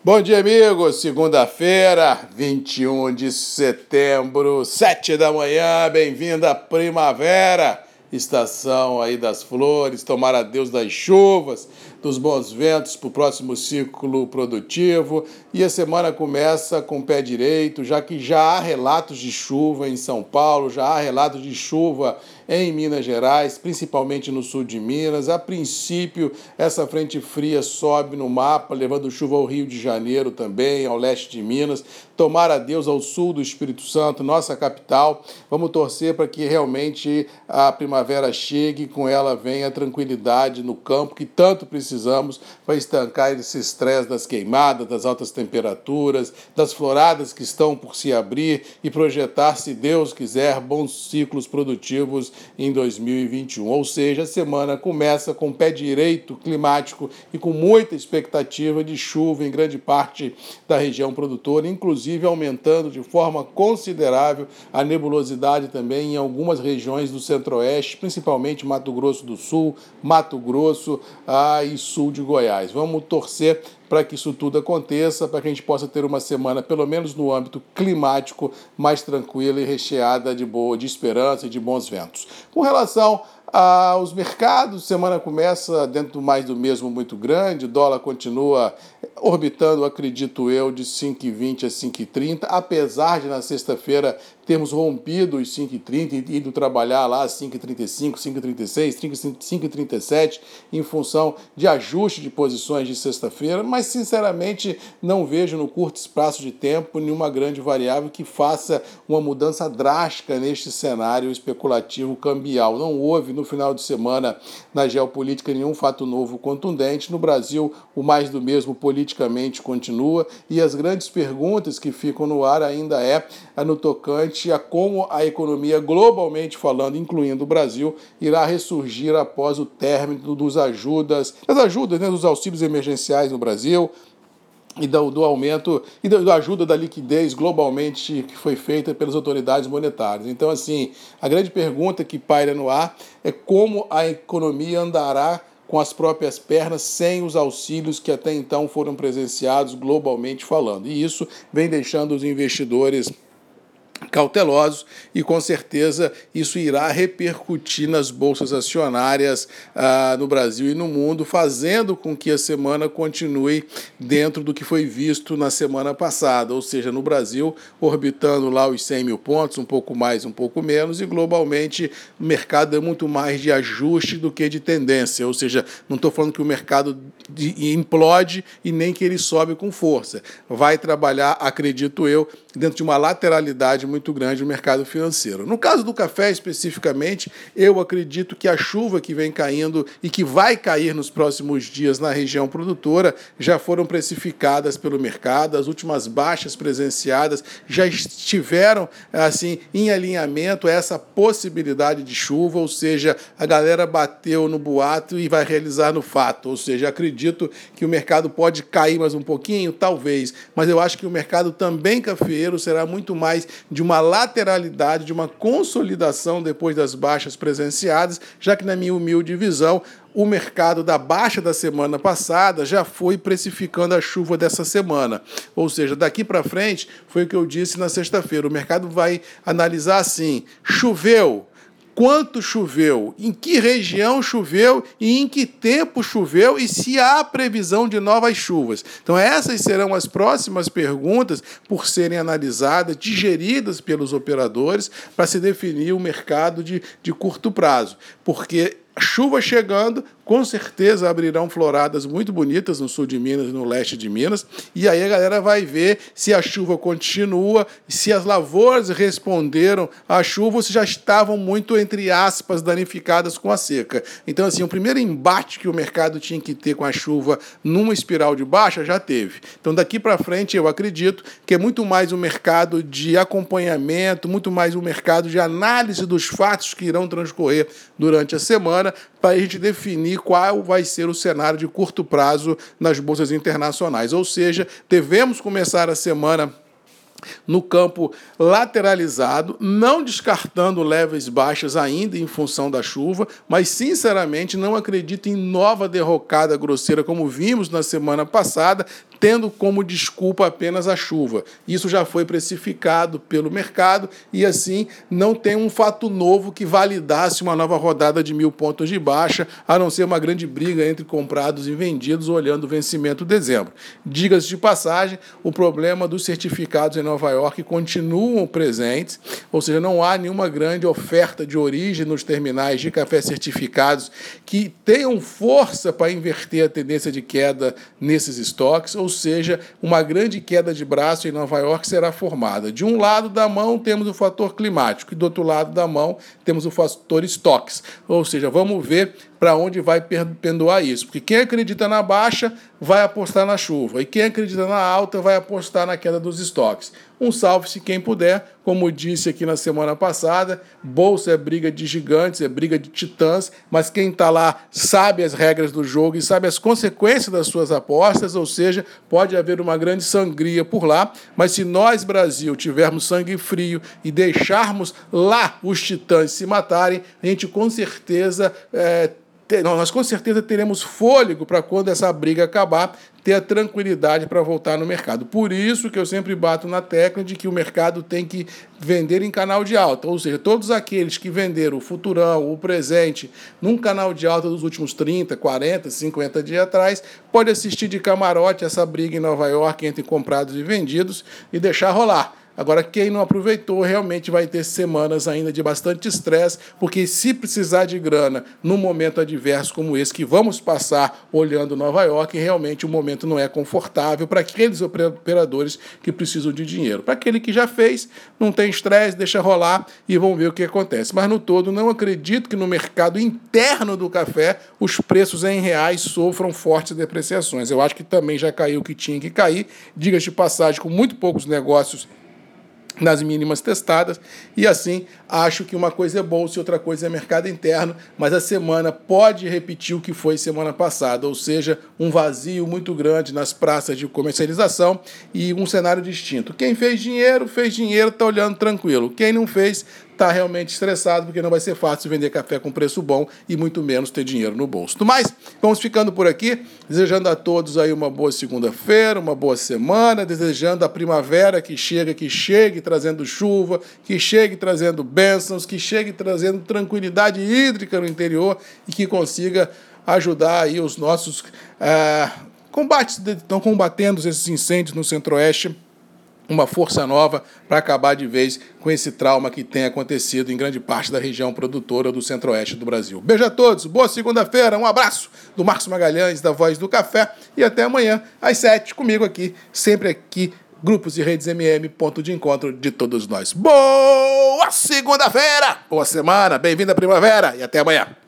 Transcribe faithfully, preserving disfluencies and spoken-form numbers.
Bom dia, amigos. Segunda-feira, vinte e um de setembro, sete da manhã. Bem-vindo à primavera, estação aí das flores. Tomara a Deus das chuvas, dos bons ventos para o próximo ciclo produtivo. E a semana começa com o pé direito, já que já há relatos de chuva em São Paulo, já há relatos de chuva em Minas Gerais, principalmente no sul de Minas. A princípio, essa frente fria sobe no mapa, levando chuva ao Rio de Janeiro também, ao leste de Minas. Tomara a Deus ao sul do Espírito Santo, nossa capital. Vamos torcer para que realmente a primavera chegue e com ela venha a tranquilidade no campo, que tanto precisamos para estancar esse estresse das queimadas, das altas temperaturas, das floradas que estão por se abrir e projetar, se Deus quiser, bons ciclos produtivos em dois mil e vinte e um, ou seja, a semana começa com o pé direito climático e com muita expectativa de chuva em grande parte da região produtora, inclusive aumentando de forma considerável a nebulosidade também em algumas regiões do centro-oeste, principalmente Mato Grosso do Sul, Mato Grosso ah, e sul de Goiás. Vamos torcer para que isso tudo aconteça, para que a gente possa ter uma semana, pelo menos no âmbito climático, mais tranquila e recheada de boa, de esperança e de bons ventos. Com relação aos mercados, a semana começa dentro mais do mesmo muito grande, o dólar continua orbitando, acredito eu, de cinco e vinte a cinco e trinta, apesar de na sexta-feira termos rompido os cinco e trinta e ido trabalhar lá cinco e trinta e cinco, cinco e trinta e seis, cinco e trinta e sete, em função de ajuste de posições de sexta-feira, mas sinceramente não vejo no curto espaço de tempo nenhuma grande variável que faça uma mudança drástica neste cenário especulativo cambial. Não houve no final de semana na geopolítica nenhum fato novo contundente. No Brasil, o mais do mesmo politicamente continua e as grandes perguntas que ficam no ar ainda é no tocante a como a economia, globalmente falando, incluindo o Brasil, irá ressurgir após o término dos ajudas, das ajudas, né, dos auxílios emergenciais no Brasil, e do, do aumento e da ajuda da liquidez globalmente que foi feita pelas autoridades monetárias. Então, assim, a grande pergunta que paira no ar é como a economia andará com as próprias pernas, sem os auxílios que até então foram presenciados globalmente falando. E isso vem deixando os investidores cautelosos e, com certeza, isso irá repercutir nas bolsas acionárias ah, no Brasil e no mundo, fazendo com que a semana continue dentro do que foi visto na semana passada, ou seja, no Brasil, orbitando lá os cem mil pontos, um pouco mais, um pouco menos, e globalmente o mercado é muito mais de ajuste do que de tendência, ou seja, não estou falando que o mercado implode e nem que ele sobe com força. Vai trabalhar, acredito eu, dentro de uma lateralidade muito grande no mercado financeiro. No caso do café, especificamente, eu acredito que a chuva que vem caindo e que vai cair nos próximos dias na região produtora já foram precificadas pelo mercado, as últimas baixas presenciadas já estiveram assim em alinhamento a essa possibilidade de chuva, ou seja, a galera bateu no boato e vai realizar no fato, ou seja, acredito que o mercado pode cair mais um pouquinho, talvez, mas eu acho que o mercado também cafeeiro será muito mais de uma lateralidade, de uma consolidação depois das baixas presenciadas, já que, na minha humilde visão, o mercado da baixa da semana passada já foi precificando a chuva dessa semana. Ou seja, daqui para frente, foi o que eu disse na sexta-feira, o mercado vai analisar assim: choveu? Quanto choveu, em que região choveu e em que tempo choveu e se há previsão de novas chuvas. Então essas serão as próximas perguntas por serem analisadas, digeridas pelos operadores para se definir o mercado de, de curto prazo. Porque chuva chegando, com certeza abrirão floradas muito bonitas no sul de Minas e no leste de Minas, e aí a galera vai ver se a chuva continua, se as lavouras responderam à chuva ou se já estavam muito, entre aspas, danificadas com a seca. Então, assim, o primeiro embate que o mercado tinha que ter com a chuva numa espiral de baixa já teve. Então, daqui para frente, eu acredito que é muito mais um mercado de acompanhamento, muito mais um mercado de análise dos fatos que irão transcorrer durante a semana, para a gente definir qual vai ser o cenário de curto prazo nas bolsas internacionais. Ou seja, devemos começar a semana no campo lateralizado, não descartando leves baixas ainda em função da chuva, mas sinceramente não acredito em nova derrocada grosseira como vimos na semana passada, tendo como desculpa apenas a chuva. Isso já foi precificado pelo mercado e, assim, não tem um fato novo que validasse uma nova rodada de mil pontos de baixa, a não ser uma grande briga entre comprados e vendidos olhando o vencimento de dezembro. Diga-se de passagem, o problema dos certificados em Nova York continuam presentes, ou seja, não há nenhuma grande oferta de origem nos terminais de café certificados que tenham força para inverter a tendência de queda nesses estoques, ou seja, uma grande queda de braço em Nova York será formada. De um lado da mão temos o fator climático e do outro lado da mão temos o fator estoques, ou seja, vamos ver para onde vai pendoar isso, porque quem acredita na baixa vai apostar na chuva, e quem acredita na alta vai apostar na queda dos estoques. Um salve-se quem puder, como disse aqui na semana passada, bolsa é briga de gigantes, é briga de titãs, mas quem está lá sabe as regras do jogo e sabe as consequências das suas apostas, ou seja, pode haver uma grande sangria por lá, mas se nós, Brasil, tivermos sangue frio e deixarmos lá os titãs se matarem, a gente com certeza... É, Nós com certeza teremos fôlego para quando essa briga acabar, ter a tranquilidade para voltar no mercado. Por isso que eu sempre bato na tecla de que o mercado tem que vender em canal de alta, ou seja, todos aqueles que venderam o futurão, o presente, num canal de alta dos últimos trinta, quarenta, cinquenta dias atrás, pode assistir de camarote essa briga em Nova York entre comprados e vendidos e deixar rolar. Agora, quem não aproveitou realmente vai ter semanas ainda de bastante estresse, porque se precisar de grana num momento adverso como esse que vamos passar olhando Nova York, realmente o momento não é confortável para aqueles operadores que precisam de dinheiro. Para aquele que já fez, não tem estresse, deixa rolar e vamos ver o que acontece. Mas no todo, não acredito que no mercado interno do café os preços em reais sofram fortes depreciações. Eu acho que também já caiu o que tinha que cair, diga-se de passagem, com muito poucos negócios nas mínimas testadas, e assim acho que uma coisa é bolsa e outra coisa é mercado interno, mas a semana pode repetir o que foi semana passada, ou seja, um vazio muito grande nas praças de comercialização e um cenário distinto. Quem fez dinheiro, fez dinheiro, está olhando tranquilo. Quem não fez, está realmente estressado, porque não vai ser fácil vender café com preço bom e muito menos ter dinheiro no bolso. No mais, vamos ficando por aqui, desejando a todos aí uma boa segunda-feira, uma boa semana, desejando a primavera que chega, que chegue trazendo chuva, que chegue trazendo bênçãos, que chegue trazendo tranquilidade hídrica no interior e que consiga ajudar aí os nossos é, combates, estão combatendo esses incêndios no Centro-Oeste, uma força nova para acabar de vez com esse trauma que tem acontecido em grande parte da região produtora do Centro-Oeste do Brasil. Beijo a todos, boa segunda-feira, um abraço do Márcio Magalhães, da Voz do Café, e até amanhã, às sete, comigo aqui, sempre aqui, Grupos e Redes M M, ponto de encontro de todos nós. Boa segunda-feira, boa semana, bem-vindo à primavera e até amanhã.